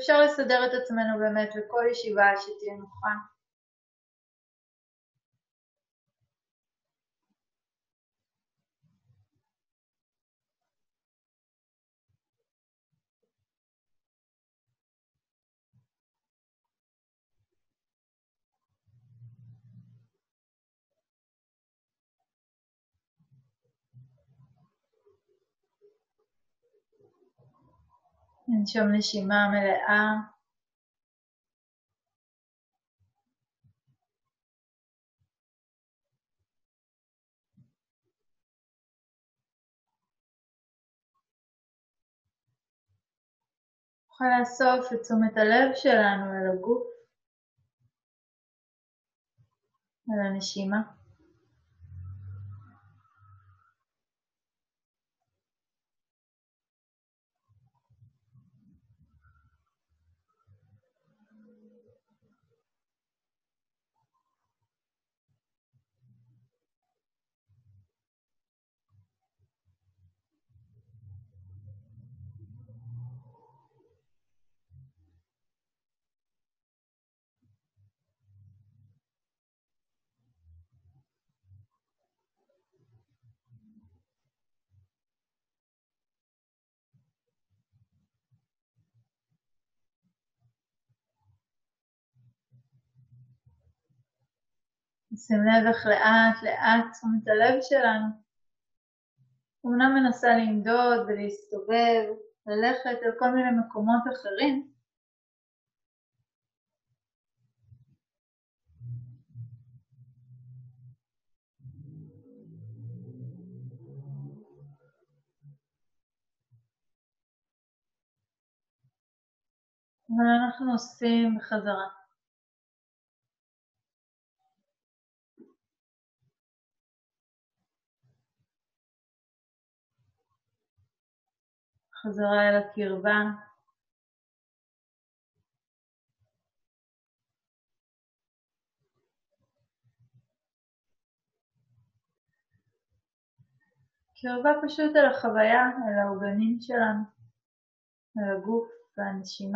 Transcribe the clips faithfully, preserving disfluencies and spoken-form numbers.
אפשר לסדר את עצמנו באמת לכל ישיבה שתהיה נוחה. ננשום נשימה מלאה. נוכל לאסוף את תשומת הלב שלנו אל הגוף, אל הנשימה. נשים לב איך לאט לאט תשומת הלב שלנו אומנם מנסה לנדוד ולהסתובב, ללכת אל כל מיני מקומות אחרים, אבל אנחנו עושים בחזרה. חזרה אל הקרבה. קרבה פשוט אל החוויה, אל העוגנים שלנו, אל הגוף והנשימה.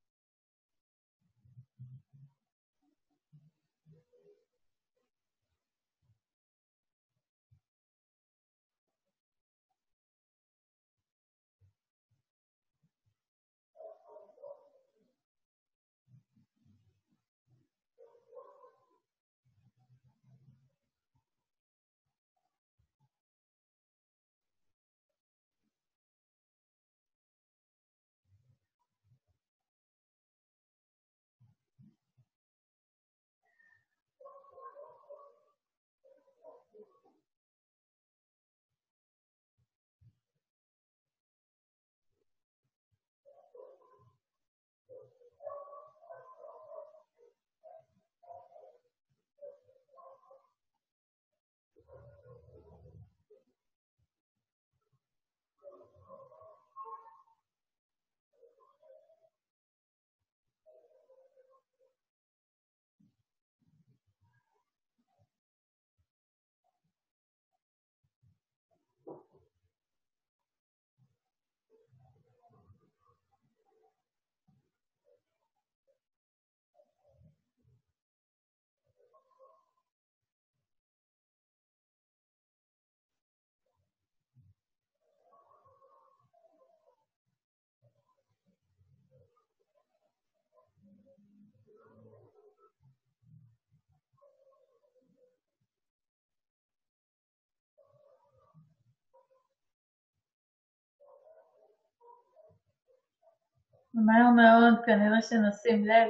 ומהר מאוד כנראה שנשים לב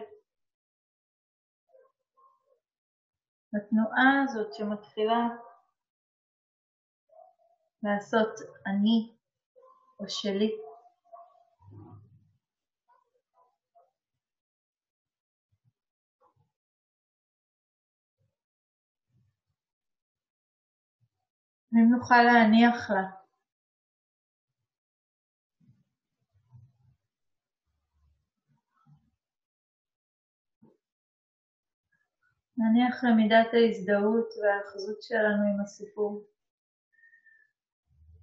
לתנועה הזאת שמתחילה לעשות אני או שלי. אם נוכל להניח לה. נניח למידת ההזדהות והאחזות שלנו עם הסיפור.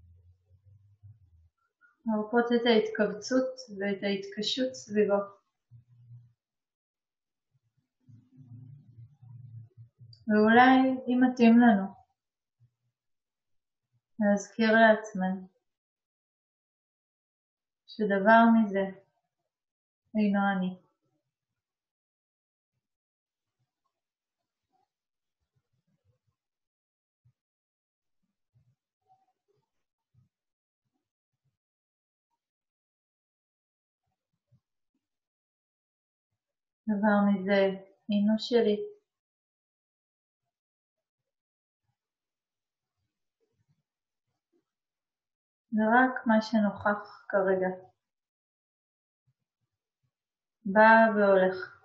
להרפות את ההתכווצות ואת ההתקשות סביבו. ואולי אם מתאים לנו, להזכיר לעצמנו שדבר מזה אינו אני. דבר מזה אינו שלי. זה רק מה שנוכח כרגע. בא והולך.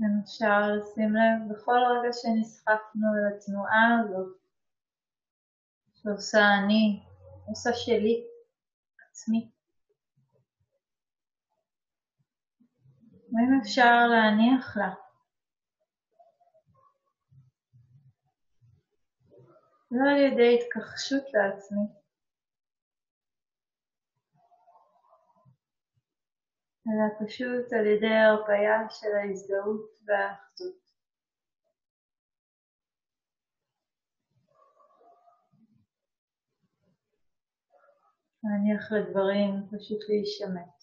אפשר לשים לב בכל רגע שנסחפנו לתנועה הזאת, שעושה אני, עושה שלי, עצמי. ואם אפשר להניח לה, לא על ידי התכחשות לעצמי, אלא פשוט על ידי הרפאיה של ההזדהות והאחדות. להניח לדברים פשוט להישמט.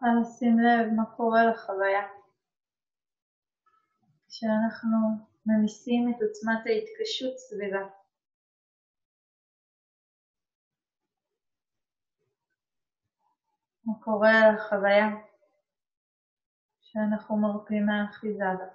נוכל לשים לב מה קורה לחוויה כשאנחנו ממיסים את עוצמת ההתקשות סביבה. מה קורה לחוויה כשאנחנו מרפים מהאחיזה בה.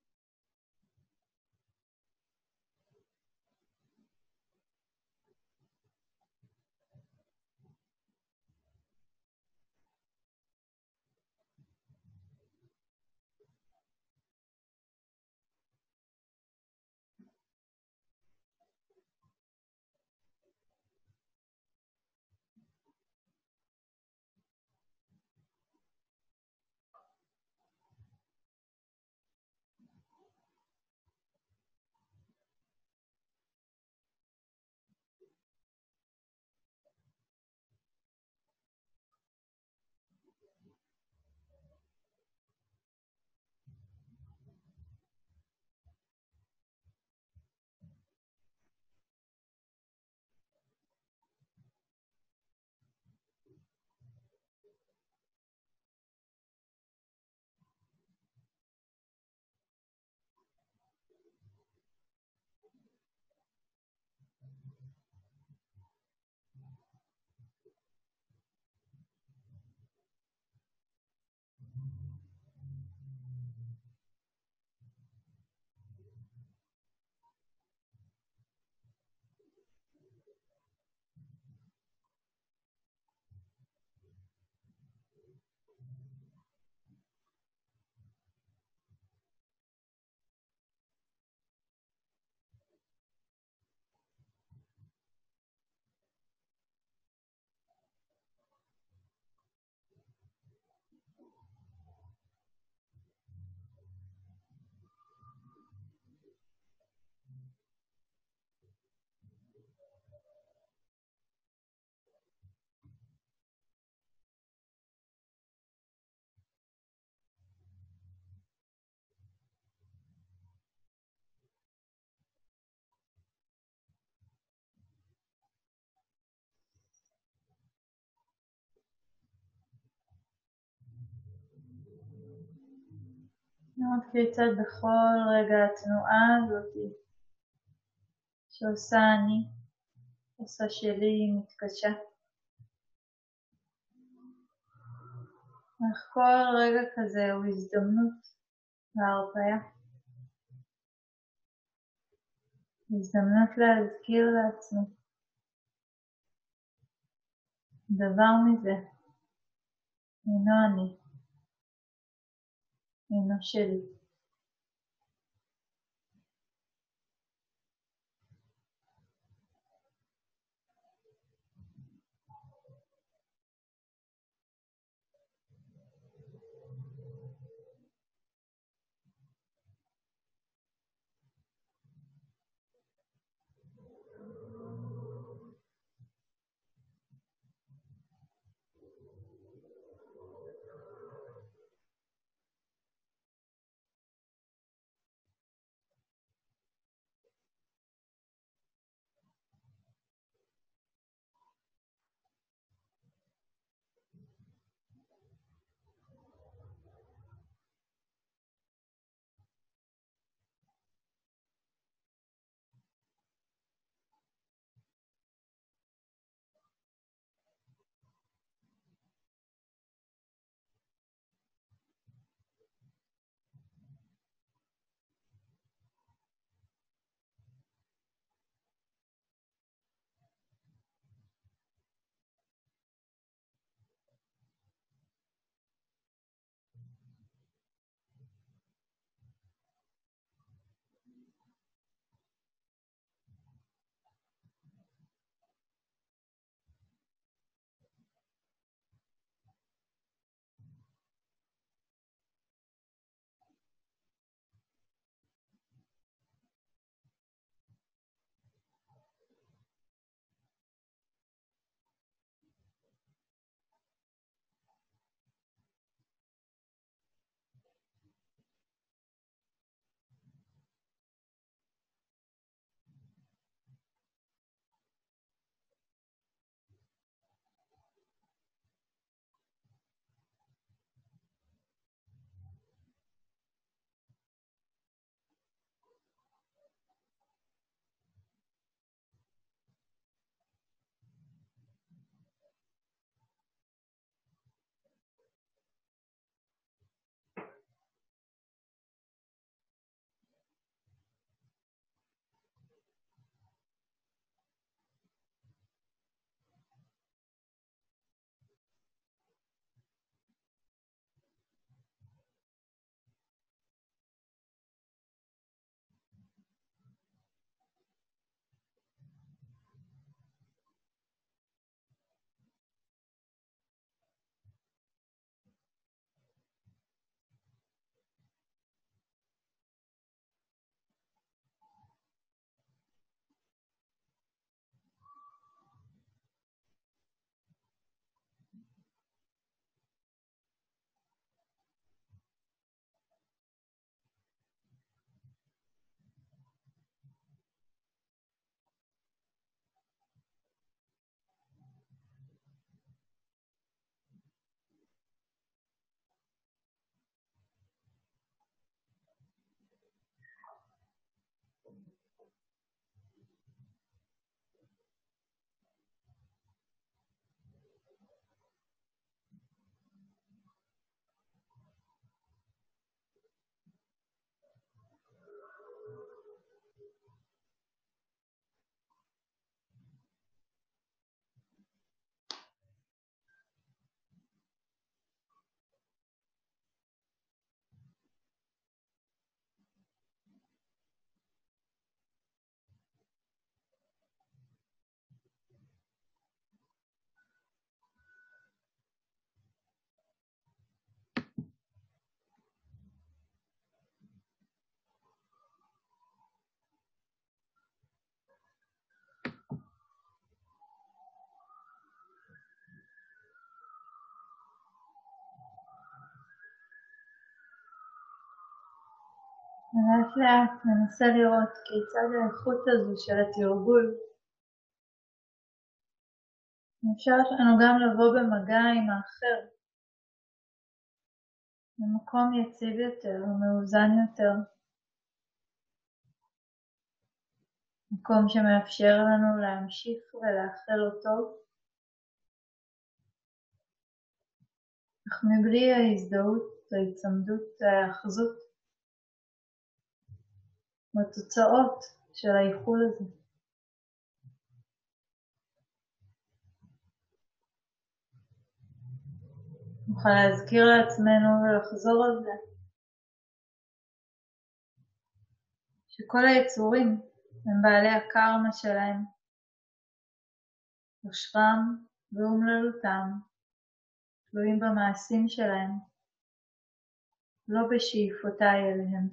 לראות כיצד בכל רגע התנועה הזאת שעושה אני, עושה שלי, מתקשה. אך כל רגע כזה הוא הזדמנות להרפאיה. הזדמנות להזכיר לעצמי. דבר מזה אינו אני, אינו שלי. לאט לאט ננסה לראות כיצד האיכות הזו של התרגול מאפשרת לנו גם לבוא במגע עם האחר, במקום יציב יותר ומאוזן יותר, מקום שמאפשר לנו להמשיך ולאחל אותו, אך מבלי ההזדהות, ההצמדות, ההאחזות בתוצאות של האיחול הזה. נוכל להזכיר לעצמנו ולחזור על זה, שכל היצורים הם בעלי הקרמה שלהם, יושרם ואומללותם, תלויים במעשים שלהם, לא בשאיפותיי אליהם.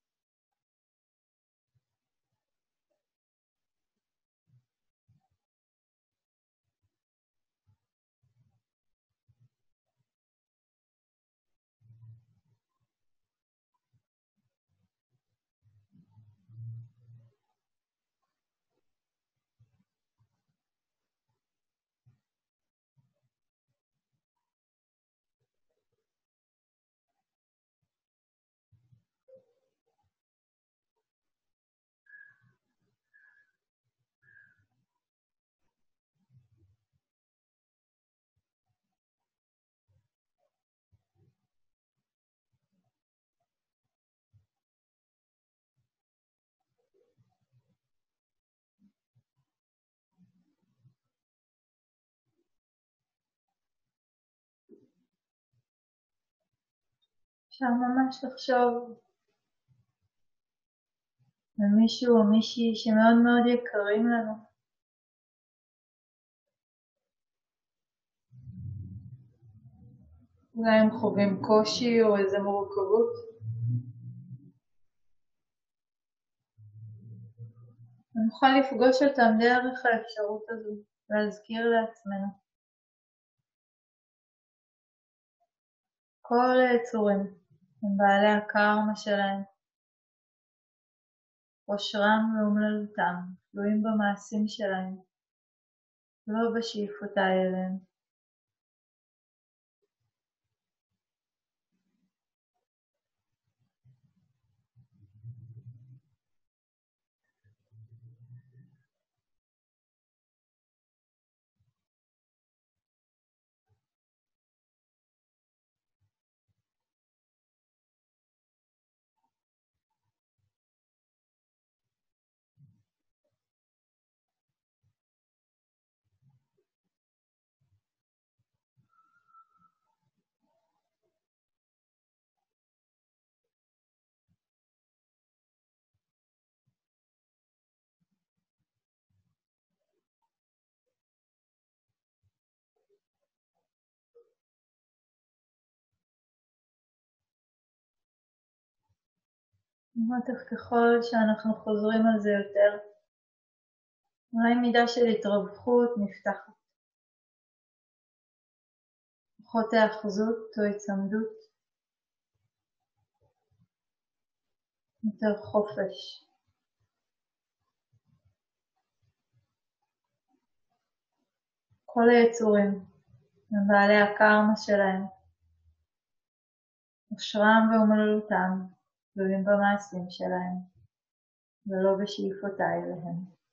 אפשר ממש לחשוב על מישהו או מישהי שמאוד מאוד יקרים לנו. אולי הם חווים קושי או איזה מורכבות. ונוכל לפגוש אותם דרך האפשרות הזו, להזכיר לעצמנו. כל היצורים הם בעלי הקרמה שלהם, עושרם ואומללותם, תלויים במעשים שלהם, לא בשאיפותיי אליהם. לראות איך ככל שאנחנו חוזרים על זה יותר, אולי מידה של התרווחות נפתחת. פחות האחזות או הצמדות, יותר חופש. כל היצורים הם בעלי הקרמה שלהם, עושרם ואומללותם, תלויים במעשים שלהם, ולא בשאיפותיי אליהם.